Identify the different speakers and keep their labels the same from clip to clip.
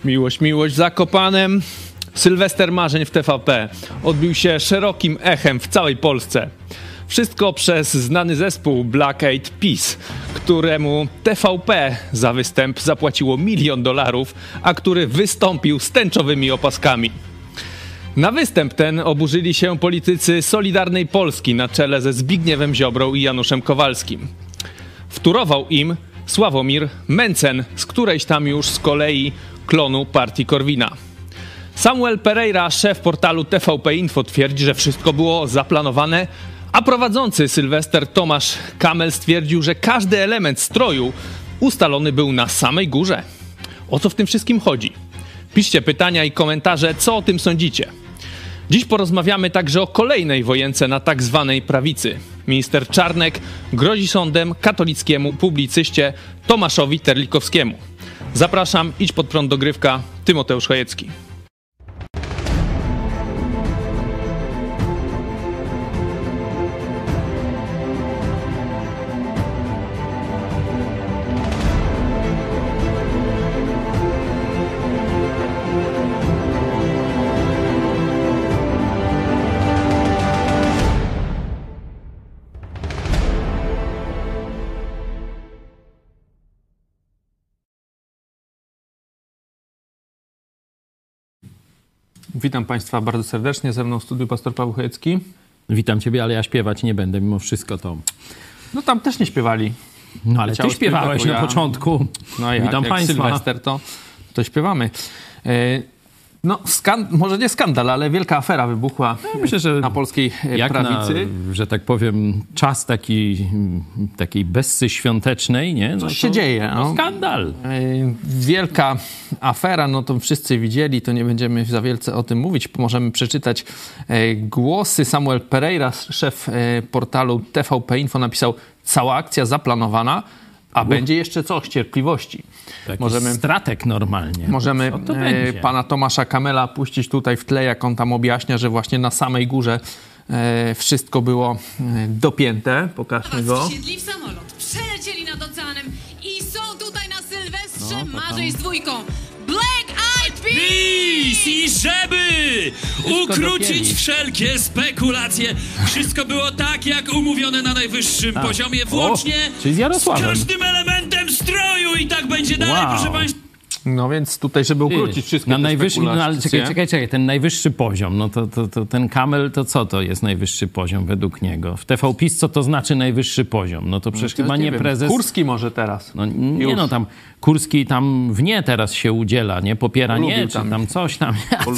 Speaker 1: Miłość w Zakopanem. Sylwester marzeń w TVP odbił się szerokim echem w całej Polsce. Wszystko przez znany zespół Black Eyed Peas, któremu TVP za występ zapłaciło $1 milion, a który wystąpił z tęczowymi opaskami. Na występ ten oburzyli się politycy Solidarnej Polski na czele ze Zbigniewem Ziobrą i Januszem Kowalskim. Wtórował im Sławomir Mencen, z którejś tam już z kolei klonu partii Korwina. Samuel Pereira, szef portalu TVP Info, twierdzi, że wszystko było zaplanowane, a prowadzący Sylwester Tomasz Kamel stwierdził, że każdy element stroju ustalony był na samej górze. O co w tym wszystkim chodzi? Piszcie pytania i komentarze, co o tym sądzicie. Dziś porozmawiamy także o kolejnej wojence na tak zwanej prawicy. Minister Czarnek grozi sądem katolickiemu publicyście Tomaszowi Terlikowskiemu. Zapraszam, idź pod prąd dogrywka, Tymoteusz Chojecki. Witam Państwa bardzo serdecznie. Ze mną w studiu pastor Paweł Chojecki.
Speaker 2: Witam Ciebie, ale ja śpiewać nie będę mimo wszystko to.
Speaker 1: No tam też nie śpiewali.
Speaker 2: No ale Ty śpiewałeś na początku.
Speaker 1: No
Speaker 2: Witam
Speaker 1: jak
Speaker 2: Państwa.
Speaker 1: Sylwester, to śpiewamy. No, może nie skandal, ale wielka afera wybuchła
Speaker 2: Myślę, że
Speaker 1: na polskiej prawicy.
Speaker 2: Że tak powiem, czas takiej bessy świątecznej, nie?
Speaker 1: Coś się dzieje.
Speaker 2: No, skandal.
Speaker 1: Wielka afera, no to wszyscy widzieli, to nie będziemy za wielce o tym mówić. Możemy przeczytać głosy. Samuel Pereira, szef portalu TVP Info, napisał: cała akcja zaplanowana, a będzie jeszcze coś, cierpliwości.
Speaker 2: Możemy stratek normalnie.
Speaker 1: Możemy pana Tomasza Kamela puścić tutaj w tle, jak on tam objaśnia, że właśnie na samej górze wszystko było dopięte. Pokażmy go.
Speaker 3: Wsiedli w samolot, przelecieli nad oceanem i są tutaj na Sylwestrze marzeń z dwójką. Black Eyed Peas!
Speaker 4: I żeby ukrócić wszelkie spekulacje, wszystko było tak, jak umówione na najwyższym poziomie, włącznie
Speaker 2: czyli z Jarosławem.
Speaker 4: z każdym elementem stroju i tak będzie dalej, proszę Państwa.
Speaker 1: No więc tutaj, żeby ukrócić wszystkie
Speaker 2: na
Speaker 1: te
Speaker 2: najwyższym,
Speaker 1: spekulacje.
Speaker 2: ale czekaj, ten najwyższy poziom, no to ten Kamel, to co to jest najwyższy poziom według niego? W TV PiS co to znaczy najwyższy poziom? No to przecież chyba nie prezes...
Speaker 1: Kurski może teraz.
Speaker 2: No nie no, tam Kurski tam teraz się udziela, nie? Popiera nie, czy tam coś tam.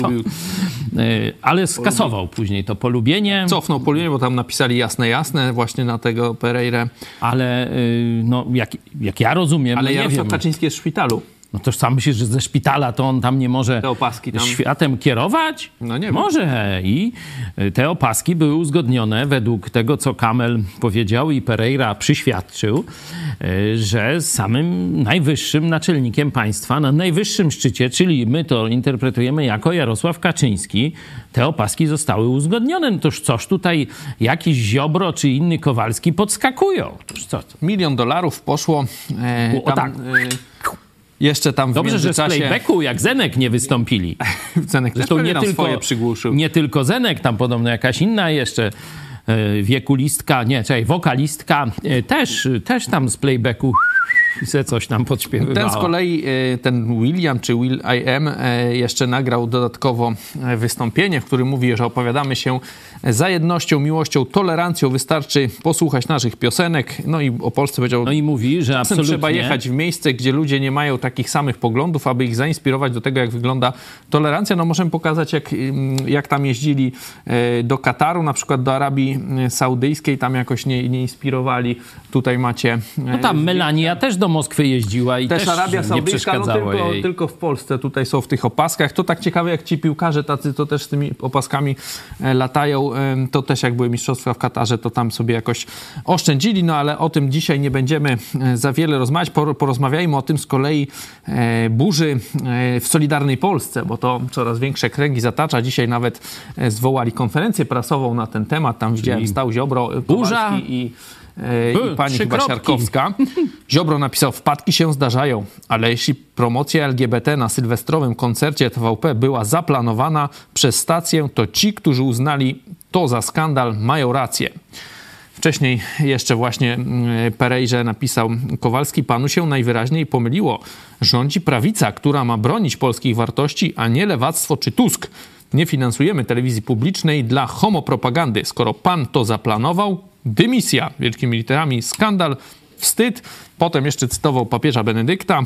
Speaker 2: Ale skasował później to polubienie.
Speaker 1: Cofnął polubienie, bo tam napisali jasne właśnie na tego Pereirę.
Speaker 2: Ale no jak ja rozumiem,
Speaker 1: ale
Speaker 2: no
Speaker 1: Jarosław Kaczyński jest w szpitalu.
Speaker 2: No to sam myślisz, że ze szpitala to on tam nie może
Speaker 1: te opaski tam
Speaker 2: światem kierować?
Speaker 1: No nie wiem.
Speaker 2: Może. I te opaski były uzgodnione według tego, co Kamel powiedział i Pereira przyświadczył, że z samym najwyższym naczelnikiem państwa na najwyższym szczycie, czyli my to interpretujemy jako Jarosław Kaczyński, te opaski zostały uzgodnione. No toż coś tutaj jakiś Ziobro czy inny Kowalski podskakują. Toż co to?
Speaker 1: $1 milion poszło.
Speaker 2: Tak.
Speaker 1: Jeszcze tam w
Speaker 2: Dobrze, że z playbacku jak Zenek nie wystąpili.
Speaker 1: Zenek też nie tam swoje przygłuszył.
Speaker 2: Nie tylko Zenek, tam podobno jakaś inna jeszcze wokalistka też tam z playbacku se coś tam podśpiewywała.
Speaker 1: Ten z kolei, ten William czy Will I Am jeszcze nagrał dodatkowo wystąpienie, w którym mówi, że opowiadamy się za jednością, miłością, tolerancją. Wystarczy posłuchać naszych piosenek. No i o Polsce powiedział...
Speaker 2: No i mówi, że absolutnie...
Speaker 1: Trzeba jechać w miejsce, gdzie ludzie nie mają takich samych poglądów, aby ich zainspirować do tego, jak wygląda tolerancja. No możemy pokazać, jak tam jeździli do Kataru, na przykład do Arabii Saudyjskiej. Tam jakoś nie inspirowali. Tutaj macie...
Speaker 2: No tam Melania też do Moskwy jeździła i też
Speaker 1: Arabia
Speaker 2: nie
Speaker 1: Saudyjska,
Speaker 2: przeszkadzało jej.
Speaker 1: Tylko w Polsce tutaj są w tych opaskach. To tak ciekawe, jak ci piłkarze tacy, to też z tymi opaskami latają. To też jak były mistrzostwa w Katarze, to tam sobie jakoś oszczędzili. No ale o tym dzisiaj nie będziemy za wiele rozmawiać. Porozmawiajmy o tym z kolei burzy w Solidarnej Polsce, bo to coraz większe kręgi zatacza. Dzisiaj nawet zwołali konferencję prasową na ten temat. Tam widziałem, stał Ziobro, Kowalski i pani chyba
Speaker 2: kropki.
Speaker 1: Siarkowska. Ziobro napisał, wpadki się zdarzają, ale jeśli promocja LGBT na sylwestrowym koncercie TVP była zaplanowana przez stację, to ci, którzy uznali to za skandal, mają rację. Wcześniej jeszcze właśnie Perejrze napisał, Kowalski, panu się najwyraźniej pomyliło. Rządzi prawica, która ma bronić polskich wartości, a nie lewactwo czy Tusk. Nie finansujemy telewizji publicznej dla homopropagandy. Skoro pan to zaplanował, dymisja, wielkimi literami, skandal, wstyd. Potem jeszcze cytował papieża Benedykta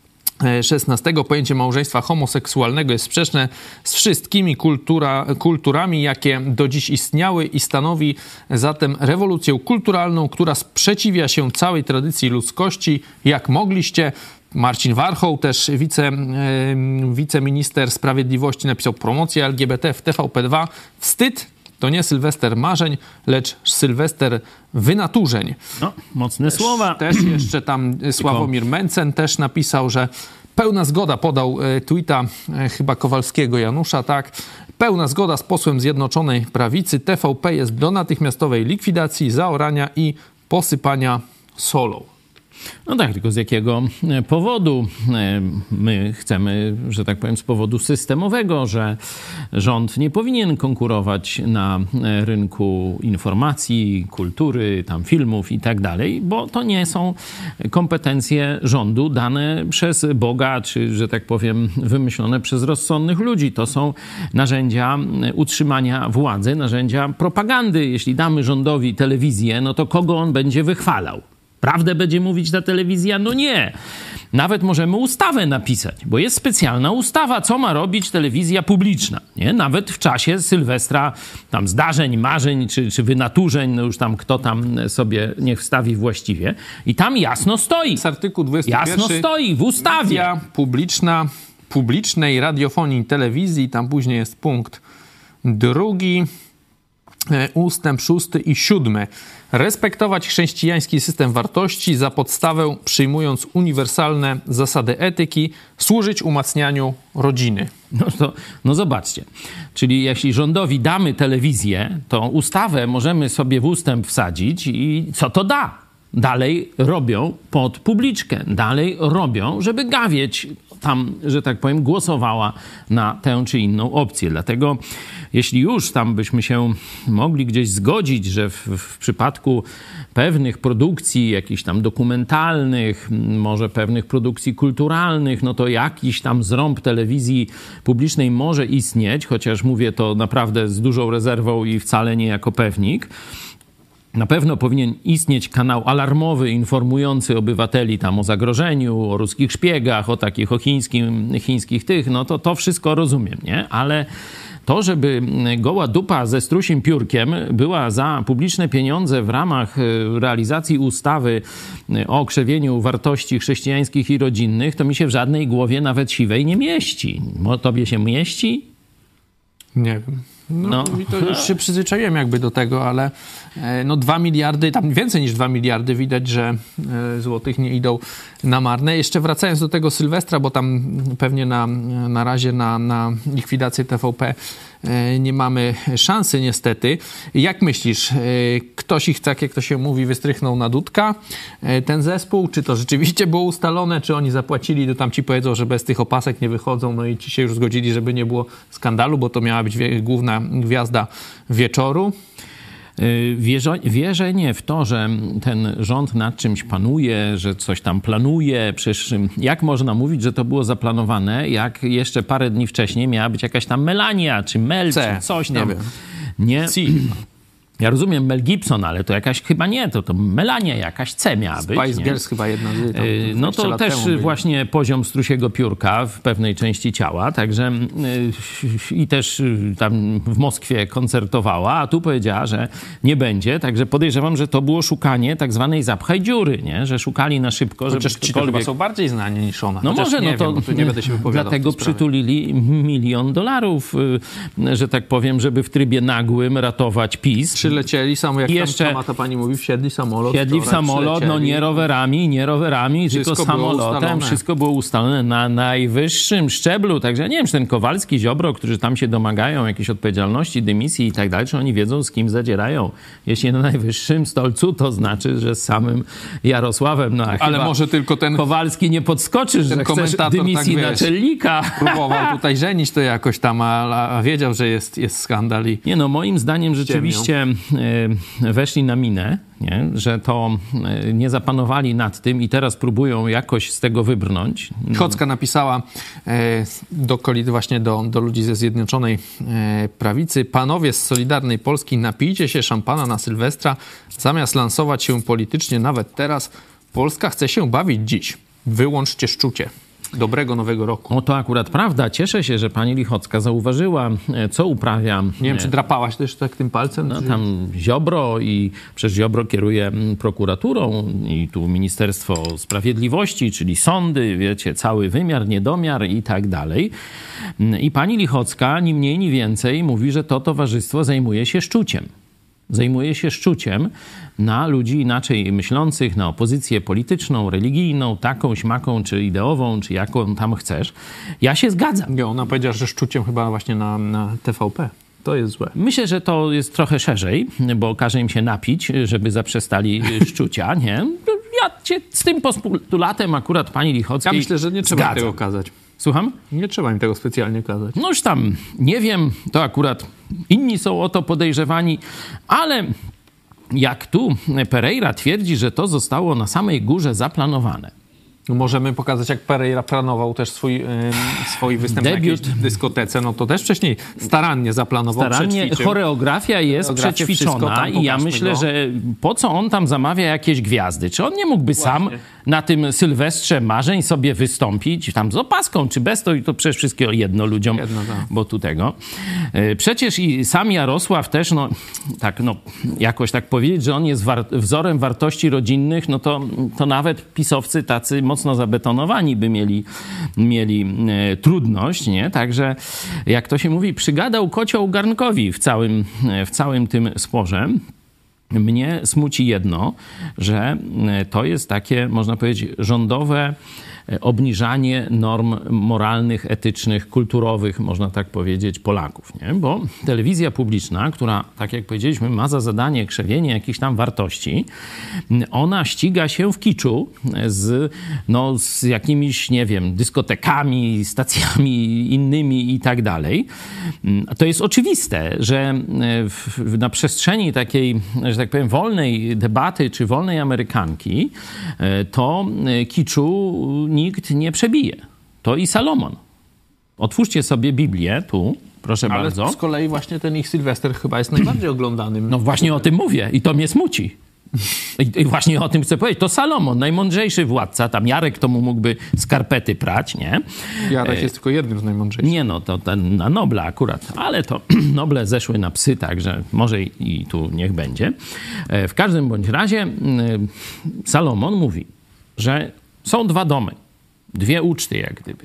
Speaker 1: XVI. Pojęcie małżeństwa homoseksualnego jest sprzeczne z wszystkimi kulturami, jakie do dziś istniały i stanowi zatem rewolucję kulturalną, która sprzeciwia się całej tradycji ludzkości. Jak mogliście... Marcin Warchoł, też wiceminister sprawiedliwości, napisał, promocja LGBT w TVP2. Wstyd to nie Sylwester marzeń, lecz Sylwester wynaturzeń.
Speaker 2: No, mocne słowa.
Speaker 1: Też jeszcze tam Sławomir Mencen też napisał, że pełna zgoda, podał tweeta chyba Kowalskiego Janusza, tak. Pełna zgoda z posłem Zjednoczonej Prawicy. TVP jest do natychmiastowej likwidacji, zaorania i posypania solą.
Speaker 2: No tak, tylko z jakiego powodu? My chcemy, że tak powiem, z powodu systemowego, że rząd nie powinien konkurować na rynku informacji, kultury, tam filmów i tak dalej, bo to nie są kompetencje rządu dane przez Boga, czy, że tak powiem, wymyślone przez rozsądnych ludzi. To są narzędzia utrzymania władzy, narzędzia propagandy. Jeśli damy rządowi telewizję, no to kogo on będzie wychwalał? Prawdę będzie mówić ta telewizja? No nie. Nawet możemy ustawę napisać, bo jest specjalna ustawa, co ma robić telewizja publiczna. Nie? Nawet w czasie Sylwestra, tam zdarzeń, marzeń czy wynaturzeń, no już tam kto tam sobie niech wstawi właściwie. I tam jasno stoi.
Speaker 1: Z artykuł 21.
Speaker 2: Jasno stoi w ustawie.
Speaker 1: Telewizja publiczna, publicznej radiofonii i telewizji, tam później jest punkt 2, ustęp 6 i 7. Respektować chrześcijański system wartości, za podstawę przyjmując uniwersalne zasady etyki, służyć umacnianiu rodziny.
Speaker 2: No zobaczcie. Czyli jeśli rządowi damy telewizję, to ustawę możemy sobie w ustęp wsadzić i co to da? Dalej robią pod publiczkę. Dalej robią, żeby gawieć tam, że tak powiem, głosowała na tę czy inną opcję. Dlatego jeśli już tam byśmy się mogli gdzieś zgodzić, że w przypadku pewnych produkcji jakichś tam dokumentalnych, może pewnych produkcji kulturalnych, no to jakiś tam zrąb telewizji publicznej może istnieć, chociaż mówię to naprawdę z dużą rezerwą i wcale nie jako pewnik. Na pewno powinien istnieć kanał alarmowy, informujący obywateli tam o zagrożeniu, o ruskich szpiegach, o takich, o chińskich tych, no to wszystko rozumiem, nie? Ale to, żeby goła dupa ze strusim piórkiem była za publiczne pieniądze w ramach realizacji ustawy o krzewieniu wartości chrześcijańskich i rodzinnych, to mi się w żadnej głowie nawet siwej nie mieści. Tobie się mieści?
Speaker 1: Nie wiem. No. I to już się przyzwyczaiłem jakby do tego, ale 2 miliardy, tam więcej niż 2 miliardy widać, że złotych nie idą na marne. Jeszcze wracając do tego Sylwestra, bo tam pewnie na razie na likwidację TVP nie mamy szansy niestety. Jak myślisz, ktoś ich, tak jak to się mówi, wystrychnął na dudka, ten zespół? Czy to rzeczywiście było ustalone? Czy oni zapłacili, to tam ci powiedzą, że bez tych opasek nie wychodzą, no i ci się już zgodzili, żeby nie było skandalu, bo to miała być główna gwiazda wieczoru?
Speaker 2: Wierzenie w to, że ten rząd nad czymś panuje, że coś tam planuje. Przecież jak można mówić, że to było zaplanowane, jak jeszcze parę dni wcześniej miała być jakaś tam Melania, czy Mel, czy coś tam.
Speaker 1: Nie wiem.
Speaker 2: Nie. Ja rozumiem Mel Gibson, ale to jakaś chyba nie, to Melania jakaś C miała być.
Speaker 1: Spice Girls chyba jedna z tam,
Speaker 2: no to też właśnie poziom strusiego piórka w pewnej części ciała, także i też tam w Moskwie koncertowała, a tu powiedziała, że nie będzie, także podejrzewam, że to było szukanie tak zwanej zapchaj dziury, nie? Że szukali na szybko, żeby
Speaker 1: ci to chyba są bardziej znani niż ona.
Speaker 2: No może,
Speaker 1: no to nie będę się wypowiadał.
Speaker 2: Dlatego przytulili $1 milion, że tak powiem, żeby w trybie nagłym ratować PiS.
Speaker 1: przylecieli, samo jak
Speaker 2: jeszcze
Speaker 1: tam ta pani mówi, wsiedli samolot.
Speaker 2: Siedli w samolot, no nie rowerami, tylko samolotem. Wszystko było ustalone na najwyższym szczeblu. Także ja nie wiem, czy ten Kowalski, Ziobro, którzy tam się domagają jakiejś odpowiedzialności, dymisji i tak dalej, czy oni wiedzą, z kim zadzierają. Jeśli na najwyższym stolcu, to znaczy, że z samym Jarosławem. No,
Speaker 1: ale może tylko ten
Speaker 2: Kowalski nie podskoczy, że chcesz dymisji naczelnika.
Speaker 1: Próbował tutaj żenić to jakoś tam, a wiedział, że jest skandal.
Speaker 2: Nie no, moim zdaniem rzeczywiście weszli na minę, nie? Że to nie zapanowali nad tym i teraz próbują jakoś z tego wybrnąć.
Speaker 1: Chocka napisała właśnie do ludzi ze Zjednoczonej Prawicy: panowie z Solidarnej Polski, napijcie się szampana na Sylwestra, zamiast lansować się politycznie nawet teraz. Polska chce się bawić dziś. Wyłączcie szczucie. Dobrego Nowego Roku.
Speaker 2: No to akurat prawda. Cieszę się, że pani Lichocka zauważyła, co uprawia...
Speaker 1: Nie wiem, czy drapałaś też tak tym palcem?
Speaker 2: No, tam Ziobro i przecież Ziobro kieruje prokuraturą i tu Ministerstwo Sprawiedliwości, czyli sądy, wiecie, cały wymiar, niedomiar i tak dalej. I pani Lichocka ni mniej, ni więcej mówi, że to towarzystwo zajmuje się szczuciem. Zajmuje się szczuciem na ludzi inaczej myślących, na opozycję polityczną, religijną, taką, śmaką, czy ideową, czy jaką tam chcesz. Ja się zgadzam.
Speaker 1: Nie, ona powiedziała, że szczuciem chyba właśnie na TVP. To jest złe.
Speaker 2: Myślę, że to jest trochę szerzej, bo każe im się napić, żeby zaprzestali szczucia, nie? Ja cię z tym postulatem akurat pani Lichockiej
Speaker 1: Ja myślę, że nie trzeba tego kazać.
Speaker 2: Słucham?
Speaker 1: Nie trzeba im tego specjalnie kazać.
Speaker 2: No już tam, nie wiem, to akurat inni są o to podejrzewani, ale jak tu Pereira twierdzi, że to zostało na samej górze zaplanowane.
Speaker 1: Możemy pokazać, jak Pereira planował też swój występ na jakiejś dyskotece. No to też wcześniej starannie zaplanował, przećwiczył.
Speaker 2: Choreografia jest przećwiczona i ja myślę, że po co on tam zamawia jakieś gwiazdy? Czy on nie mógłby sam na tym Sylwestrze Marzeń sobie wystąpić tam z opaską, czy bez, to przecież wszystkiego jedno ludziom, bo tu tego. Przecież i sam Jarosław też, jakoś tak powiedzieć, że on jest wzorem wartości rodzinnych, no to nawet pisowcy tacy mocno zabetonowani by mieli trudność, nie? Także, jak to się mówi, przygadał kocioł garnkowi w całym tym sporze. Mnie smuci jedno, że to jest takie, można powiedzieć, rządowe obniżanie norm moralnych, etycznych, kulturowych, można tak powiedzieć, Polaków, nie? Bo telewizja publiczna, która, tak jak powiedzieliśmy, ma za zadanie krzewienie jakichś tam wartości, ona ściga się w kiczu z jakimiś, nie wiem, dyskotekami, stacjami innymi i tak dalej. To jest oczywiste, że na przestrzeni takiej, że tak powiem, wolnej debaty czy wolnej Amerykanki, to kiczu nikt nie przebije. To i Salomon. Otwórzcie sobie Biblię tu, proszę bardzo.
Speaker 1: Ale z kolei właśnie ten ich Sylwester chyba jest najbardziej oglądanym.
Speaker 2: No właśnie o tym mówię i to mnie smuci. I właśnie o tym chcę powiedzieć. To Salomon, najmądrzejszy władca. Tam Jarek to mu mógłby skarpety prać, nie?
Speaker 1: Jarek jest tylko jednym z najmądrzejszych.
Speaker 2: Nie, no to ten na Nobla akurat. Ale to Noble zeszły na psy, także może i tu niech będzie. W każdym bądź razie Salomon mówi, że są dwa domy. Dwie uczty jak gdyby.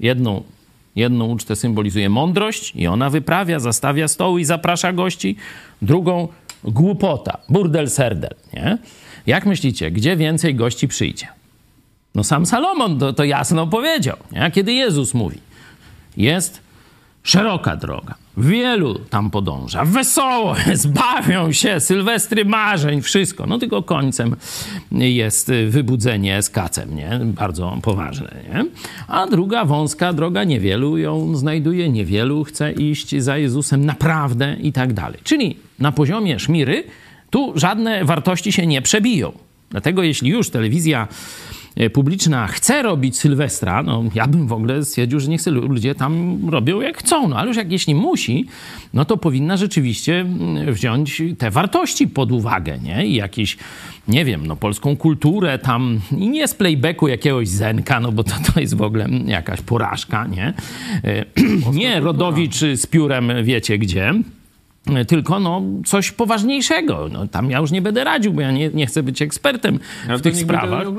Speaker 2: Jedną ucztę symbolizuje mądrość i ona wyprawia, zastawia stoły i zaprasza gości. Drugą głupota, burdel serdel, nie? Jak myślicie, gdzie więcej gości przyjdzie? No sam Salomon to jasno powiedział, nie? A kiedy Jezus mówi, jest szeroka droga, wielu tam podąża, wesoło jest, bawią się, sylwestry marzeń, wszystko. No tylko końcem jest wybudzenie z kacem, nie? Bardzo poważne, nie? A druga wąska droga, niewielu ją znajduje, niewielu chce iść za Jezusem naprawdę i tak dalej. Czyli na poziomie szmiry tu żadne wartości się nie przebiją. Dlatego jeśli już telewizja publiczna chce robić Sylwestra, no ja bym w ogóle stwierdził, że niech ludzie tam robią jak chcą, no ale już jeśli musi, no to powinna rzeczywiście wziąć te wartości pod uwagę, nie? I jakieś, nie wiem, no polską kulturę tam, i nie z playbacku jakiegoś Zenka, no bo to jest w ogóle jakaś porażka, nie? Nie Rodowicz z piórem wiecie gdzie, tylko no coś poważniejszego. No, tam ja już nie będę radził, bo ja nie chcę być ekspertem w tych sprawach.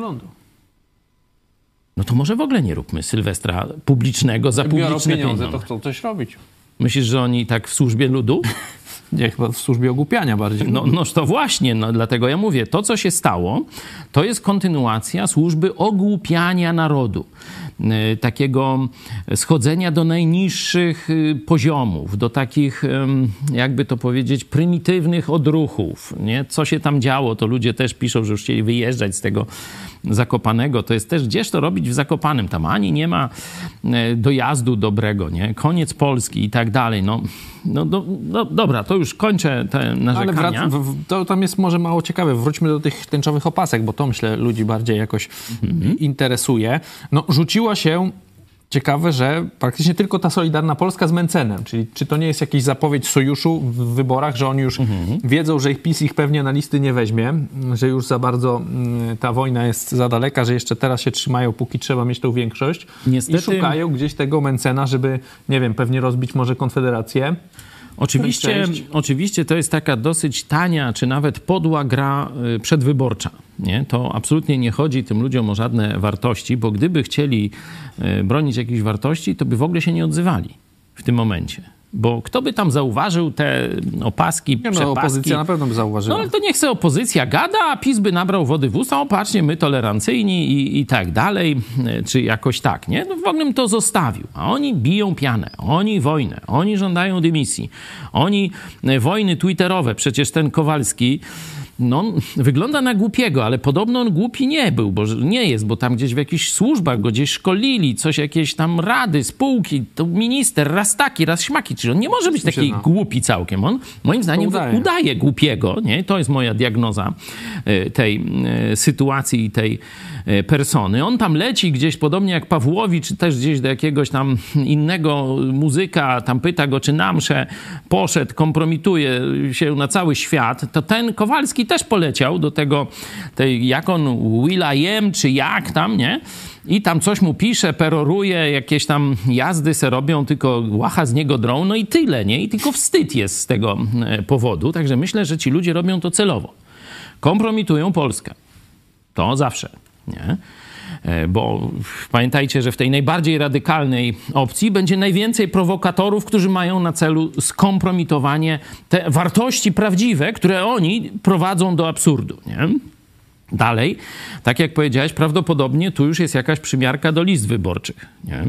Speaker 2: No to może w ogóle nie róbmy Sylwestra publicznego za publiczne pieniądze.
Speaker 1: To chcą coś robić.
Speaker 2: Myślisz, że oni tak w służbie ludu?
Speaker 5: Nie, chyba w służbie ogłupiania bardziej.
Speaker 2: No to właśnie, dlatego ja mówię, to co się stało, to jest kontynuacja służby ogłupiania narodu. Takiego schodzenia do najniższych poziomów, do takich, jakby to powiedzieć, prymitywnych odruchów. Nie? Co się tam działo, to ludzie też piszą, że już chcieli wyjeżdżać z tego Zakopanego. To jest też, gdzież to robić w Zakopanem? Tam ani nie ma dojazdu dobrego, nie? Koniec Polski i tak dalej. Dobra, to już kończę te narzekania.
Speaker 5: Ale to tam jest może mało ciekawe. Wróćmy do tych tęczowych opasek, bo to, myślę, ludzi bardziej jakoś interesuje. No, rzuciło się... Ciekawe, że praktycznie tylko ta Solidarna Polska z Mencenem, czyli czy to nie jest jakaś zapowiedź sojuszu w wyborach, że oni już wiedzą, że PiS ich pewnie na listy nie weźmie, że już za bardzo ta wojna jest za daleka, że jeszcze teraz się trzymają, póki trzeba mieć tą większość. Niestety... I szukają gdzieś tego Mencena, żeby, nie wiem, pewnie rozbić może Konfederację.
Speaker 2: Oczywiście to jest taka dosyć tania, czy nawet podła gra przedwyborcza. Nie? To absolutnie nie chodzi tym ludziom o żadne wartości, bo gdyby chcieli bronić jakichś wartości, to by w ogóle się nie odzywali w tym momencie. Bo kto by tam zauważył te opaski, przepaski?
Speaker 5: Opozycja na pewno by zauważyła.
Speaker 2: No ale to niech se opozycja gada, a PiS by nabrał wody w usta. O, patrzcie, my tolerancyjni i tak dalej, czy jakoś tak, nie? No w ogóle bym to zostawił. A oni biją pianę, oni wojnę, oni żądają dymisji, oni wojny twitterowe. Przecież ten Kowalski... No, wygląda na głupiego, ale podobno on głupi nie był, bo nie jest, bo tam gdzieś w jakichś służbach go gdzieś szkolili, coś jakieś tam rady, spółki, to minister, raz taki, raz śmaki, czyli on nie może być taki głupi całkiem. On, moim zdaniem, udaje głupiego, nie? To jest moja diagnoza tej sytuacji i tej persony. On tam leci gdzieś, podobnie jak Pawłowicz, czy też gdzieś do jakiegoś tam innego muzyka, tam pyta go, czy na mszę poszedł, kompromituje się na cały świat, to ten Kowalski też poleciał do tego, jak on, Will I Am, czy jak tam, nie? I tam coś mu pisze, peroruje, jakieś tam jazdy se robią, tylko łacha z niego drą, no i tyle, nie? I tylko wstyd jest z tego powodu. Także myślę, że ci ludzie robią to celowo. Kompromitują Polskę. To zawsze, nie? Bo pamiętajcie, że w tej najbardziej radykalnej opcji będzie najwięcej prowokatorów, którzy mają na celu skompromitowanie te wartości prawdziwe, które oni prowadzą do absurdu, nie? Dalej, tak jak powiedziałeś, prawdopodobnie tu już jest jakaś przymiarka do list wyborczych, nie?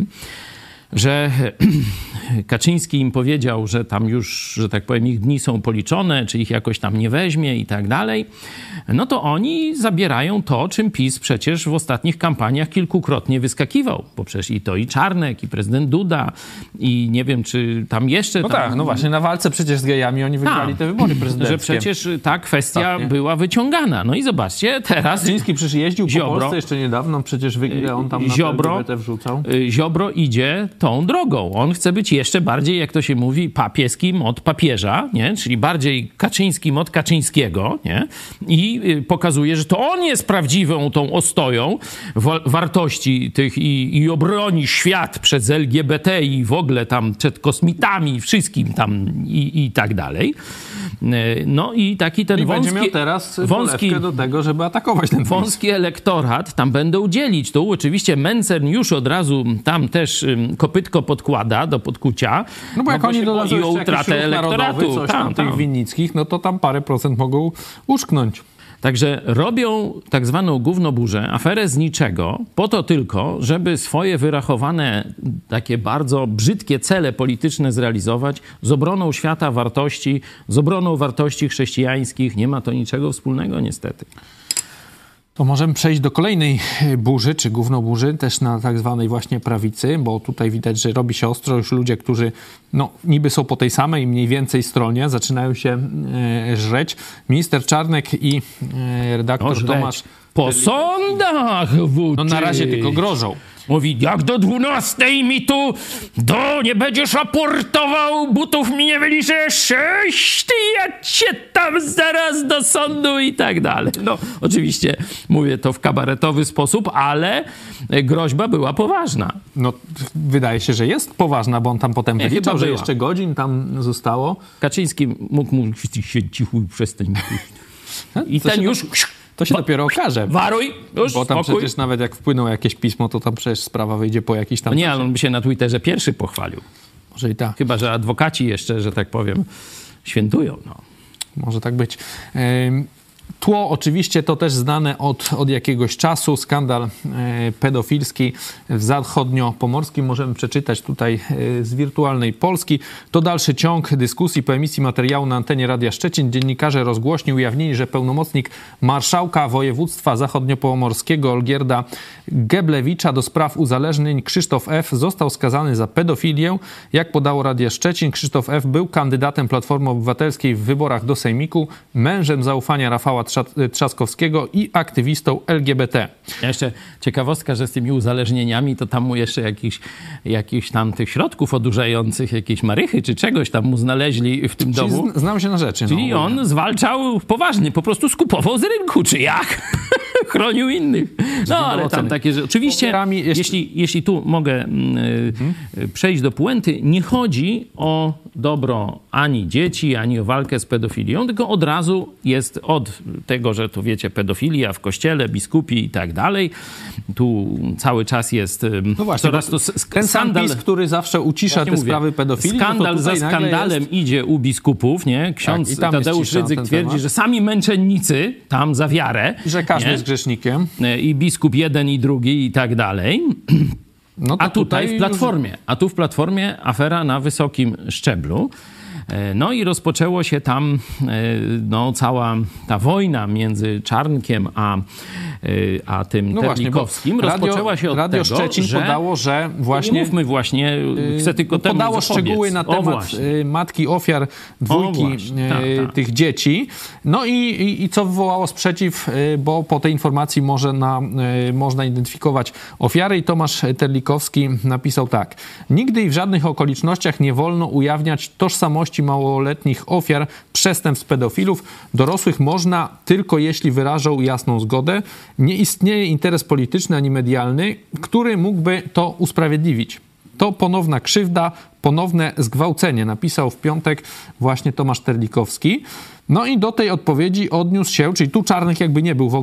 Speaker 2: Że Kaczyński im powiedział, że tam już, że tak powiem, ich dni są policzone, czy ich jakoś tam nie weźmie i tak dalej, no to oni zabierają to, czym PiS przecież w ostatnich kampaniach kilkukrotnie wyskakiwał, bo przecież i Czarnek, i prezydent Duda, i nie wiem, czy tam jeszcze...
Speaker 5: No tak, no właśnie, na walce przecież z gejami oni wygrali te wybory prezydenckie.
Speaker 2: Że przecież ta kwestia była wyciągana. No i zobaczcie, teraz...
Speaker 5: Kaczyński przecież jeździł po Polsce jeszcze niedawno, przecież on tam na LGBT wrzucał.
Speaker 2: Ziobro idzie tą drogą. On chce być jeszcze bardziej, jak to się mówi, papieskim od papieża, nie? Czyli bardziej kaczyńskim od Kaczyńskiego, nie? I pokazuje, że to on jest prawdziwą tą ostoją wartości tych i obroni świat przed LGBT i w ogóle tam przed kosmitami, wszystkim tam i tak dalej. No i taki ten
Speaker 5: będzie miał teraz wąski do tego, żeby atakować ten
Speaker 2: wąski elektorat tam będą dzielić. Tu oczywiście Mencen już od razu tam też kopytko podkłada do podkucia.
Speaker 5: No bo jak oni dodadzą
Speaker 2: i o utratę elektoratu
Speaker 5: coś tam tych winnickich, no to tam parę procent mogą uszknąć.
Speaker 2: Także robią tak zwaną gównoburzę, aferę z niczego, po to tylko, żeby swoje wyrachowane, takie bardzo brzydkie cele polityczne zrealizować z obroną świata wartości, z obroną wartości chrześcijańskich. Nie ma to niczego wspólnego niestety.
Speaker 5: To możemy przejść do kolejnej burzy, czy gównoburzy, też na tak zwanej właśnie prawicy, bo tutaj widać, że robi się ostro. Już ludzie, którzy no niby są po tej samej mniej więcej stronie, zaczynają się żreć. Minister Czarnek i redaktor Tomasz...
Speaker 2: Po sądach włóczy.
Speaker 5: No na razie tylko grożą.
Speaker 2: Mówi, jak do 12 mi tu nie będziesz aportował, butów mi nie wyliczę 6, ja cię tam zaraz do sądu i tak dalej. No oczywiście mówię to w kabaretowy sposób, ale groźba była poważna.
Speaker 5: No wydaje się, że jest poważna, bo on tam potem wyliczał, że jeszcze godzin tam zostało.
Speaker 2: Kaczyński mógł mówić, się cicho przestań. I ten już...
Speaker 5: To się dopiero okaże.
Speaker 2: Waruj, już
Speaker 5: bo tam
Speaker 2: spokój.
Speaker 5: Przecież nawet jak wpłynął jakieś pismo, to tam przecież sprawa wyjdzie po jakiś tam...
Speaker 2: No nie, ale on by się na Twitterze pierwszy pochwalił.
Speaker 5: Może i tak.
Speaker 2: Chyba że adwokaci jeszcze, że tak powiem, świętują. No.
Speaker 5: Może tak być. Tło oczywiście to też znane od jakiegoś czasu. Skandal pedofilski w zachodniopomorskim. Możemy przeczytać tutaj z wirtualnej Polski. To dalszy ciąg dyskusji po emisji materiału na antenie Radia Szczecin. Dziennikarze rozgłośni ujawnili, że pełnomocnik marszałka województwa zachodniopomorskiego Olgierda Geblewicza do spraw uzależnień Krzysztof F. został skazany za pedofilię. Jak podało Radio Szczecin, Krzysztof F. był kandydatem Platformy Obywatelskiej w wyborach do Sejmiku, mężem zaufania Rafała Trzaskowskiego i aktywistą LGBT.
Speaker 2: Jeszcze ciekawostka, że z tymi uzależnieniami to tam mu jeszcze jakichś tam tych środków odurzających, jakieś marychy czy czegoś tam mu znaleźli w tym domu.
Speaker 5: Znał się na rzeczy.
Speaker 2: Czyli on zwalczał poważnie, po prostu skupował z rynku, czy jak? Chronił innych. No ale tam takie, że oczywiście, jeśli tu mogę przejść do puenty, nie chodzi o dobro ani dzieci, ani o walkę z pedofilią, tylko od razu jest od tego, że tu wiecie, pedofilia w kościele, biskupi i tak dalej. Tu cały czas jest coraz to
Speaker 5: ten skandal, PiS, który zawsze ucisza te sprawy pedofilii.
Speaker 2: Skandal za skandalem idzie u biskupów, nie? Ksiądz Tadeusz Rydzyk twierdzi, że sami męczennicy tam za wiarę.
Speaker 5: Że każdy jest grzesznikiem.
Speaker 2: I biskup jeden i drugi i tak dalej. No a tutaj w Platformie afera na wysokim szczeblu. No i rozpoczęło się tam cała ta wojna między Czarnkiem a tym Terlikowskim. Rozpoczęła się od
Speaker 5: Radio
Speaker 2: tego,
Speaker 5: Szczecin podało, że właśnie...
Speaker 2: Mówmy właśnie, chcę tylko temu
Speaker 5: podało
Speaker 2: zapobiec.
Speaker 5: szczegóły na temat matki ofiar dwójki tych dzieci. No i co wywołało sprzeciw, bo po tej informacji można identyfikować ofiary i Tomasz Terlikowski napisał tak. Nigdy i w żadnych okolicznościach nie wolno ujawniać tożsamości małoletnich ofiar przestępstw pedofilów. Dorosłych można tylko jeśli wyrażą jasną zgodę. Nie istnieje interes polityczny ani medialny, który mógłby to usprawiedliwić. To ponowna krzywda, ponowne zgwałcenie, napisał w piątek właśnie Tomasz Terlikowski. No i do tej odpowiedzi odniósł się, czyli tu Czarnek jakby nie był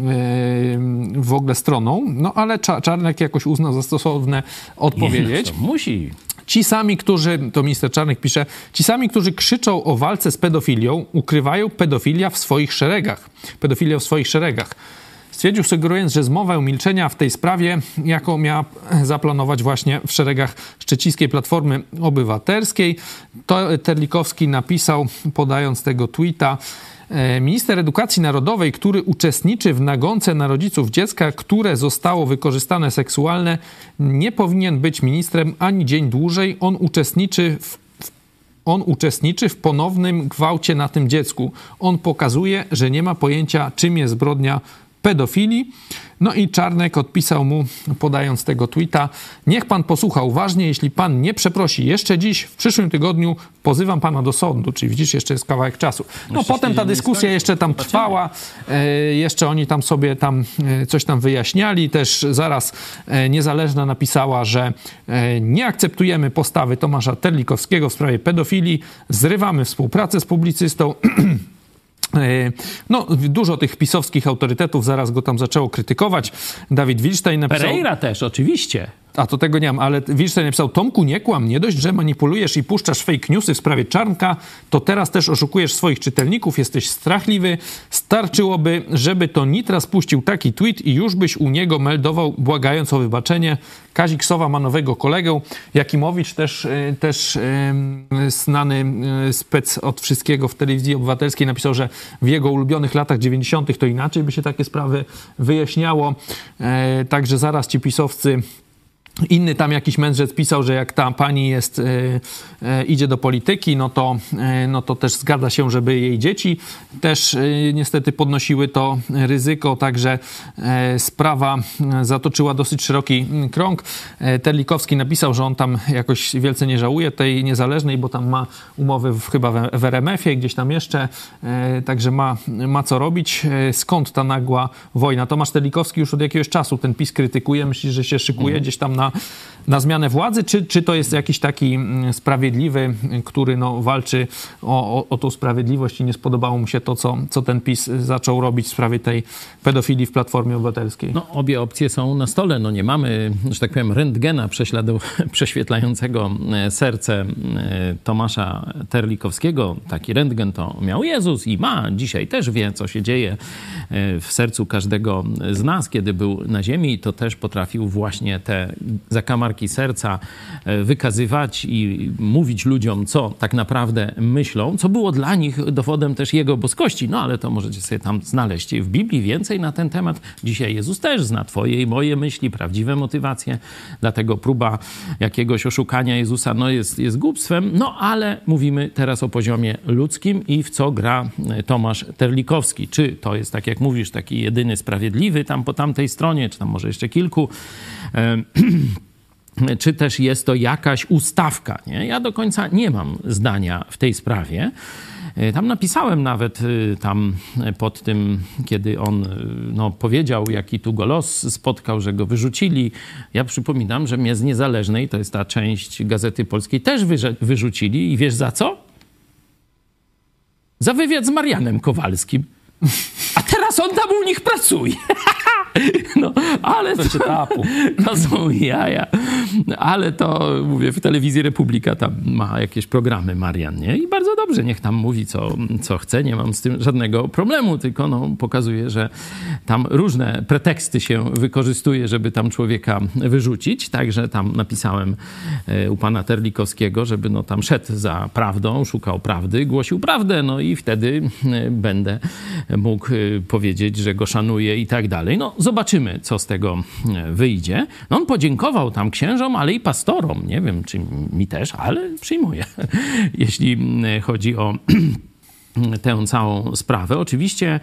Speaker 5: w ogóle stroną, no ale Czarnek jakoś uznał za stosowne odpowiedzieć.
Speaker 2: Musi.
Speaker 5: Ci sami, to minister Czarnek pisze, ci sami, którzy krzyczą o walce z pedofilią, ukrywają pedofilię w swoich szeregach. Stwierdził, sugerując, że zmowę milczenia w tej sprawie, jaką miała zaplanować właśnie w szeregach Szczecińskiej Platformy Obywatelskiej. To Terlikowski napisał, podając tego tweeta, minister edukacji narodowej, który uczestniczy w nagonce na rodziców dziecka, które zostało wykorzystane seksualnie, nie powinien być ministrem ani dzień dłużej. On uczestniczy w ponownym gwałcie na tym dziecku. On pokazuje, że nie ma pojęcia, czym jest zbrodnia pedofilii. No i Czarnek odpisał mu, podając tego tweeta, niech pan posłucha uważnie, jeśli pan nie przeprosi jeszcze dziś, w przyszłym tygodniu pozywam pana do sądu. Czyli widzisz, jeszcze jest kawałek czasu. No potem ta dyskusja jeszcze tam trwała, jeszcze oni tam sobie coś tam wyjaśniali. Też zaraz Niezależna napisała, że nie akceptujemy postawy Tomasza Terlikowskiego w sprawie pedofilii, zrywamy współpracę z publicystą. No, dużo tych pisowskich autorytetów zaraz go tam zaczęło krytykować. Dawid Wilstein napisał...
Speaker 2: Pereira też, oczywiście.
Speaker 5: A to tego nie mam, ale Wilstein napisał, Tomku, nie kłam, nie dość, że manipulujesz i puszczasz fake newsy w sprawie Czarnka, to teraz też oszukujesz swoich czytelników, jesteś strachliwy. Starczyłoby, żeby to Nitras puścił taki tweet i już byś u niego meldował, błagając o wybaczenie. Kazik Sowa ma nowego kolegę. Jakimowicz też znany spec od wszystkiego w telewizji obywatelskiej napisał, że w jego ulubionych latach 90. to inaczej by się takie sprawy wyjaśniało. Także zaraz ci pisowcy... Inny tam jakiś mędrzec pisał, że jak ta pani idzie do polityki, no to też zgadza się, żeby jej dzieci też niestety podnosiły to ryzyko, także sprawa zatoczyła dosyć szeroki krąg. Terlikowski napisał, że on tam jakoś wielce nie żałuje tej Niezależnej, bo tam ma umowy chyba w RMF-ie, gdzieś tam jeszcze, także ma co robić. Skąd ta nagła wojna? Tomasz Terlikowski już od jakiegoś czasu ten PiS krytykuje, myśli, że się szykuje gdzieś tam na zmianę władzy, czy to jest jakiś taki sprawiedliwy, który walczy o tą sprawiedliwość i nie spodobało mu się to, co ten PiS zaczął robić w sprawie tej pedofilii w Platformie Obywatelskiej?
Speaker 2: No, obie opcje są na stole. No, nie mamy, że tak powiem, rentgena prześwietlającego serce Tomasza Terlikowskiego. Taki rentgen to miał Jezus i ma. Dzisiaj też wie, co się dzieje w sercu każdego z nas, kiedy był na ziemi. To też potrafił właśnie te zakamarki serca wykazywać i mówić ludziom, co tak naprawdę myślą, co było dla nich dowodem też jego boskości. No ale to możecie sobie tam znaleźć w Biblii więcej na ten temat. Dzisiaj Jezus też zna twoje i moje myśli, prawdziwe motywacje. Dlatego próba jakiegoś oszukania Jezusa jest głupstwem. No ale mówimy teraz o poziomie ludzkim i w co gra Tomasz Terlikowski. Czy to jest, tak jak mówisz, taki jedyny sprawiedliwy tam po tamtej stronie, czy tam może jeszcze kilku, czy też jest to jakaś ustawka, nie? Ja do końca nie mam zdania w tej sprawie. Tam napisałem nawet tam pod tym, kiedy on powiedział, jaki tu go los spotkał, że go wyrzucili. Ja przypominam, że mnie z Niezależnej, to jest ta część Gazety Polskiej, też wyrzucili i wiesz za co? Za wywiad z Marianem Kowalskim. A teraz on tam u nich pracuje. No, ale to są jaja. Ale to, mówię, w telewizji Republika tam ma jakieś programy Marian, nie? I bardzo dobrze, niech tam mówi, co chce. Nie mam z tym żadnego problemu, tylko pokazuje, że tam różne preteksty się wykorzystuje, żeby tam człowieka wyrzucić. Także tam napisałem u pana Terlikowskiego, żeby tam szedł za prawdą, szukał prawdy, głosił prawdę, no i wtedy będę mógł powiedzieć, że go szanuję i tak dalej. No, zobaczymy, co z tego wyjdzie. No, on podziękował tam księżom, ale i pastorom. Nie wiem, czy mi też, ale przyjmuję, jeśli chodzi o tę całą sprawę. Oczywiście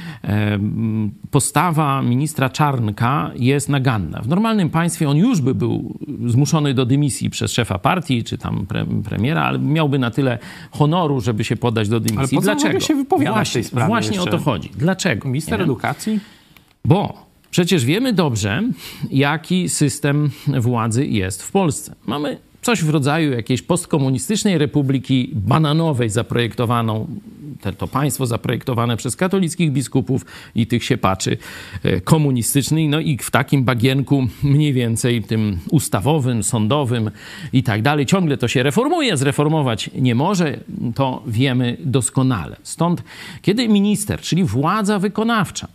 Speaker 2: postawa ministra Czarnka jest naganna. W normalnym państwie on już by był zmuszony do dymisji przez szefa partii, czy tam premiera, ale miałby na tyle honoru, żeby się podać do dymisji.
Speaker 5: Ale po co
Speaker 2: dlaczego?
Speaker 5: się wypowiadać w tej sprawie
Speaker 2: Właśnie
Speaker 5: jeszcze?
Speaker 2: o to chodzi. Dlaczego?
Speaker 5: Minister edukacji?
Speaker 2: Bo przecież wiemy dobrze, jaki system władzy jest w Polsce. Mamy coś w rodzaju jakiejś postkomunistycznej republiki bananowej zaprojektowaną, to państwo zaprojektowane przez katolickich biskupów i tych siepaczy komunistycznych, no i w takim bagienku mniej więcej tym ustawowym, sądowym i tak dalej. Ciągle to się reformuje, zreformować nie może, to wiemy doskonale. Stąd, kiedy minister, czyli władza wykonawcza,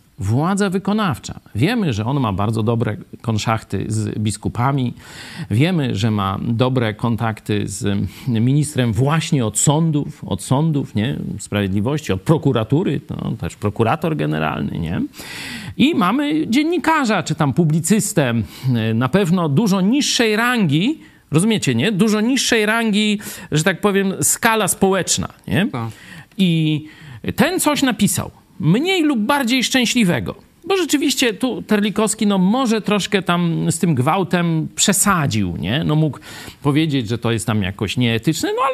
Speaker 2: wiemy, że on ma bardzo dobre konszachty z biskupami. Wiemy, że ma dobre kontakty z ministrem właśnie od sądów, nie? Sprawiedliwości, od prokuratury, to też prokurator generalny, nie? I mamy dziennikarza, czy tam publicystę, na pewno dużo niższej rangi, rozumiecie, nie? Dużo niższej rangi, że tak powiem, skala społeczna, nie? I ten coś napisał. Mniej lub bardziej szczęśliwego. Bo rzeczywiście tu Terlikowski może troszkę tam z tym gwałtem przesadził, nie? Mógł powiedzieć, że to jest tam jakoś nieetyczne, ale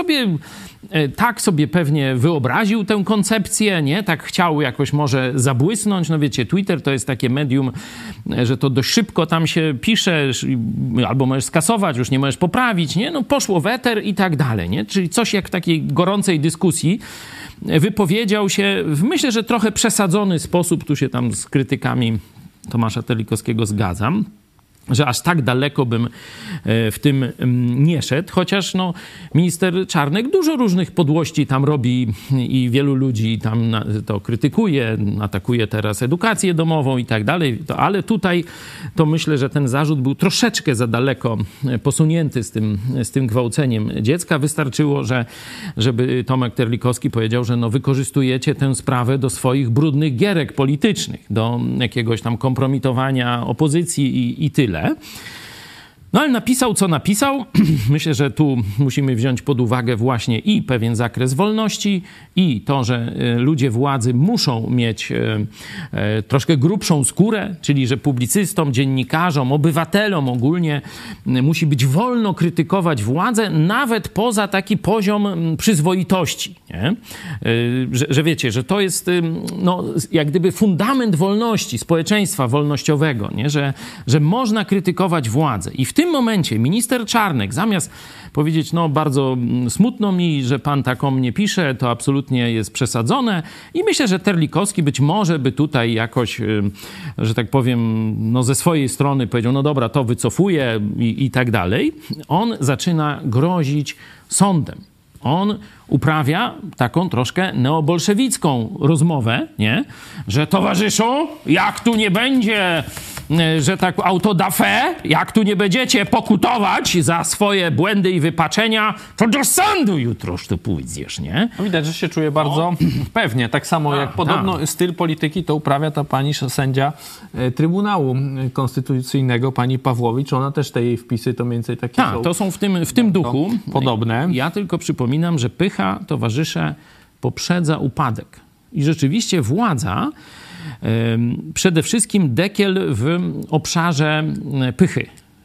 Speaker 2: tak sobie pewnie wyobraził tę koncepcję, nie? Tak chciał jakoś może zabłysnąć. Wiecie, Twitter to jest takie medium, że to dość szybko tam się pisze, albo możesz skasować, już nie możesz poprawić, nie? Poszło w eter i tak dalej, nie? Czyli coś jak w takiej gorącej dyskusji wypowiedział się w, myślę, że trochę przesadzony sposób, tu się tam z krytykami Tomasza Terlikowskiego zgadzam, że aż tak daleko bym w tym nie szedł, chociaż minister Czarnek dużo różnych podłości tam robi i wielu ludzi tam to krytykuje, atakuje teraz edukację domową i tak dalej, ale tutaj to myślę, że ten zarzut był troszeczkę za daleko posunięty z tym gwałceniem dziecka. Wystarczyło, żeby Tomek Terlikowski powiedział, że wykorzystujecie tę sprawę do swoich brudnych gierek politycznych, do jakiegoś tam kompromitowania opozycji i tyle. Ale napisał, co napisał. Myślę, że tu musimy wziąć pod uwagę właśnie i pewien zakres wolności, i to, że ludzie władzy muszą mieć troszkę grubszą skórę, czyli że publicystom, dziennikarzom, obywatelom ogólnie musi być wolno krytykować władzę, nawet poza taki poziom przyzwoitości. Nie? Że wiecie, że to jest jak gdyby fundament wolności, społeczeństwa wolnościowego, nie? Że można krytykować władzę. I w tym momencie minister Czarnek, zamiast powiedzieć, no bardzo smutno mi, że pan tak o mnie pisze, to absolutnie jest przesadzone i myślę, że Terlikowski być może by tutaj jakoś, że tak powiem, no ze swojej strony powiedział, no dobra, to wycofuję i tak dalej. On zaczyna grozić sądem. On uprawia taką troszkę neobolszewicką rozmowę, nie? Że towarzyszu, jak tu nie będzie, że tak autodafé, jak tu nie będziecie pokutować za swoje błędy i wypaczenia, to do sądu jutroż tu pójdziesz, nie?
Speaker 5: No widać, że się czuje bardzo pewnie. Tak samo jak podobno styl polityki to uprawia ta pani sędzia Trybunału Konstytucyjnego, pani Pawłowicz. Ona też te jej wpisy to mniej więcej takie są.
Speaker 2: To są w tym duchu.
Speaker 5: Podobne.
Speaker 2: Ja tylko przypominam, że pycha, towarzysze, poprzedza upadek. I rzeczywiście władza, przede wszystkim dekiel w obszarze pychy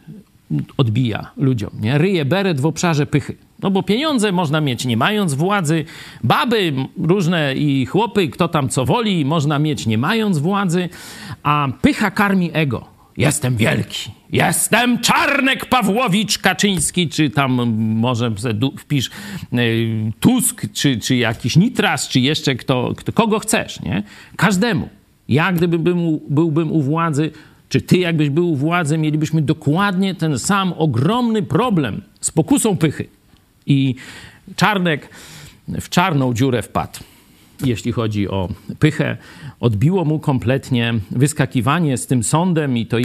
Speaker 2: odbija ludziom, nie? Ryje beret w obszarze pychy. No bo pieniądze można mieć nie mając władzy, baby różne i chłopy, kto tam co woli, można mieć nie mając władzy, a pycha karmi ego. Jestem wielki, jestem Czarnek, Pawłowicz, Kaczyński, czy tam może wpisz Tusk, czy jakiś Nitras, czy jeszcze kogo chcesz, nie? Każdemu. Ja byłbym u władzy, czy ty jakbyś był u władzy, mielibyśmy dokładnie ten sam ogromny problem z pokusą pychy. I Czarnek w czarną dziurę wpadł. Jeśli chodzi o pychę, odbiło mu kompletnie wyskakiwanie z tym sądem i to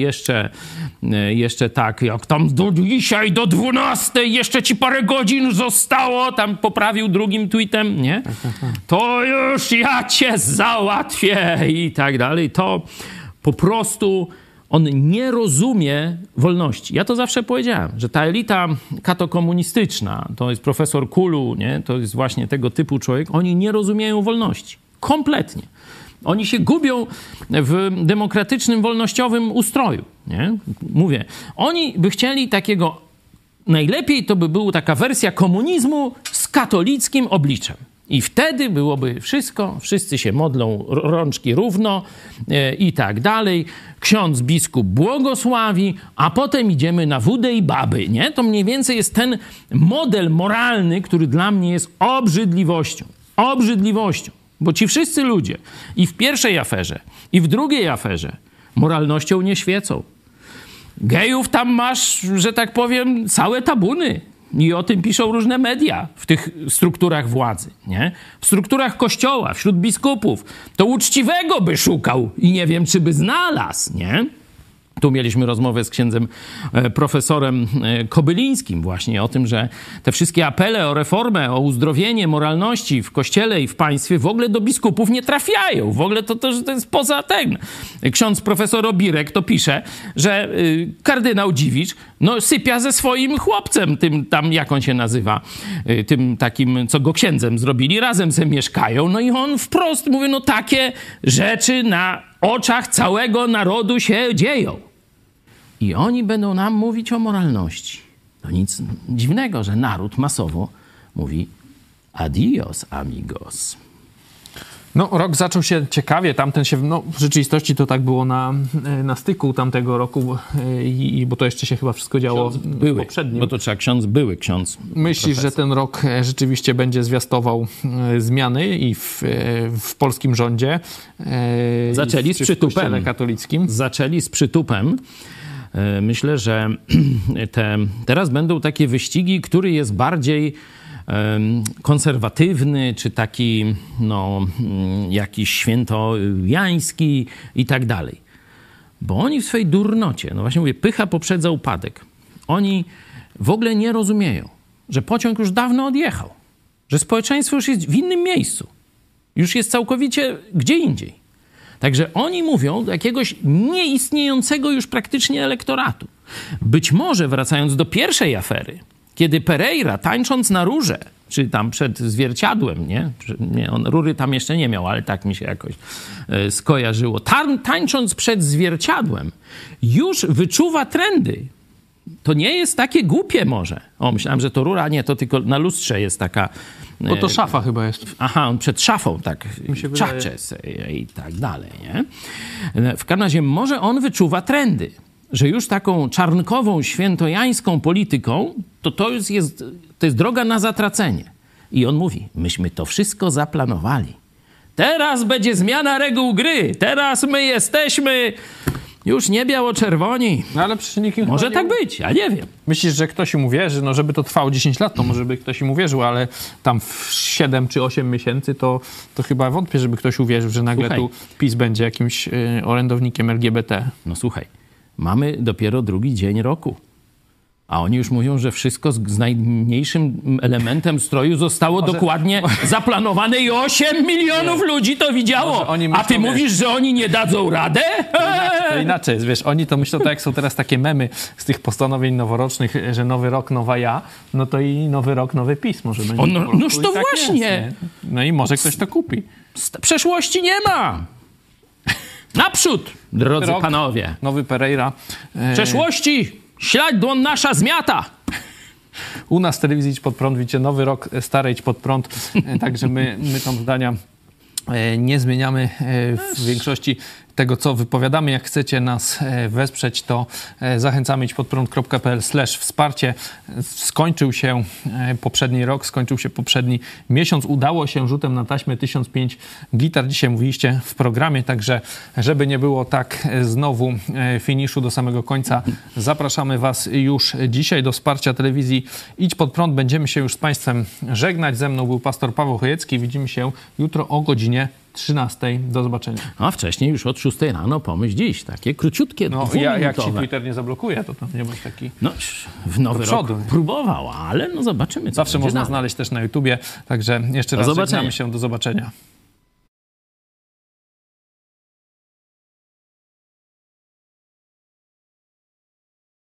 Speaker 2: jeszcze tak, jak tam do dzisiaj do 12 jeszcze ci parę godzin zostało, tam poprawił drugim tweetem, nie? To już ja cię załatwię i tak dalej. To po prostu on nie rozumie wolności. Ja to zawsze powiedziałem, że ta elita katokomunistyczna, to jest profesor Kulu, nie? To jest właśnie tego typu człowiek, oni nie rozumieją wolności. Kompletnie. Oni się gubią w demokratycznym, wolnościowym ustroju. Nie? Mówię, oni by chcieli takiego, najlepiej to by była taka wersja komunizmu z katolickim obliczem. I wtedy byłoby wszystko, wszyscy się modlą, rączki równo i tak dalej. Ksiądz biskup błogosławi, a potem idziemy na wódę i baby, nie? To mniej więcej jest ten model moralny, który dla mnie jest obrzydliwością. Obrzydliwością. Bo ci wszyscy ludzie i w pierwszej aferze, i w drugiej aferze moralnością nie świecą. Gejów tam masz, że tak powiem, całe tabuny. I o tym piszą różne media w tych strukturach władzy, nie? W strukturach kościoła, wśród biskupów. To uczciwego by szukał i nie wiem, czy by znalazł, nie? Tu mieliśmy rozmowę z księdzem profesorem Kobylińskim właśnie o tym, że te wszystkie apele o reformę, o uzdrowienie moralności w kościele i w państwie w ogóle do biskupów nie trafiają. W ogóle to jest poza tym. Ksiądz profesor Obirek to pisze, że kardynał Dziwicz no, sypia ze swoim chłopcem, tym tam, jak on się nazywa, tym takim, co go księdzem zrobili, razem se mieszkają. No i on wprost mówi, no takie rzeczy na oczach całego narodu się dzieją. I oni będą nam mówić o moralności. To nic dziwnego, że naród masowo mówi adios, amigos.
Speaker 5: No, rok zaczął się ciekawie, tamten się, no w rzeczywistości to tak było na styku tamtego roku, bo to jeszcze się chyba wszystko działo w poprzednim.
Speaker 2: Bo to trzeba były ksiądz.
Speaker 5: Myślisz, że ten rok rzeczywiście będzie zwiastował zmiany i w polskim rządzie?
Speaker 2: Zaczęli z przytupem.
Speaker 5: W kościele katolickim.
Speaker 2: Zaczęli z przytupem. Myślę, że teraz będą takie wyścigi, który jest bardziej konserwatywny, czy taki no, jakiś świętojański i tak dalej. Bo oni w swojej durnocie, no właśnie mówię, pycha poprzedza upadek. Oni w ogóle nie rozumieją, że pociąg już dawno odjechał, że społeczeństwo już jest w innym miejscu, już jest całkowicie gdzie indziej. Także oni mówią do jakiegoś nieistniejącego już praktycznie elektoratu. Być może wracając do pierwszej afery, kiedy Pereira tańcząc na rurze, czy tam przed zwierciadłem, nie, on rury tam jeszcze nie miał, ale tak mi się jakoś skojarzyło, tańcząc przed zwierciadłem, już wyczuwa trendy. To nie jest takie głupie może. O, myślałem, że to rura, nie, to tylko na lustrze jest taka...
Speaker 5: Bo to szafa chyba jest.
Speaker 2: Aha, on przed szafą tak czacze i tak dalej, nie? W każdym razie może on wyczuwa trendy że już taką czarnkową, świętojańską polityką to jest droga na zatracenie. I on mówi, myśmy to wszystko zaplanowali. Teraz będzie zmiana reguł gry. Teraz my jesteśmy już nie biało-czerwoni.
Speaker 5: No ale przecież nikt
Speaker 2: może tak być, ja nie wiem.
Speaker 5: Myślisz, że ktoś im uwierzy? No żeby to trwało 10 lat, to może by ktoś im uwierzył, ale tam w 7 czy 8 miesięcy to chyba wątpię, żeby ktoś uwierzył, że nagle tu PiS będzie jakimś orędownikiem LGBT.
Speaker 2: No słuchaj, mamy dopiero drugi dzień roku. A oni już mówią, że wszystko z najmniejszym elementem stroju zostało dokładnie zaplanowane i 8 milionów ludzi to widziało. A ty mówisz, że oni nie dadzą radę?
Speaker 5: To inaczej jest, wiesz, oni to myślą, tak jak są teraz takie memy z tych postanowień noworocznych, że nowy rok, nowa ja, no to i nowy rok, nowy PiS może będzie.
Speaker 2: Noż to tak właśnie.
Speaker 5: Jest, no i może ktoś to kupi.
Speaker 2: Przeszłości nie ma. Naprzód, drodzy panowie.
Speaker 5: Nowy Pereira.
Speaker 2: Przeszłości ślad dłoń nasza zmiata.
Speaker 5: U nas w telewizji Idź Pod Prąd, widzicie, nowy rok, stary Idź Pod Prąd. Także my tam zdania nie zmieniamy w większości tego, co wypowiadamy. Jak chcecie nas wesprzeć, to zachęcamy idźpodprąd.pl/wsparcie. Skończył się poprzedni rok, skończył się poprzedni miesiąc. Udało się rzutem na taśmę 1005 gitar. Dzisiaj mówiliście w programie, także żeby nie było tak znowu finiszu do samego końca, zapraszamy was już dzisiaj do wsparcia telewizji Idź Pod Prąd. Będziemy się już z państwem żegnać. Ze mną był pastor Paweł Chojecki. Widzimy się jutro o godzinie 13. Do zobaczenia.
Speaker 2: A wcześniej już od 6 rano, pomyśl dziś. Takie króciutkie,
Speaker 5: jak ci Twitter nie zablokuje, to tam nie bądź taki
Speaker 2: no, w nowy rok próbował, ale no zobaczymy. Co
Speaker 5: zawsze
Speaker 2: można
Speaker 5: znaleźć też na YouTubie. Także jeszcze raz żegnamy się. Do zobaczenia.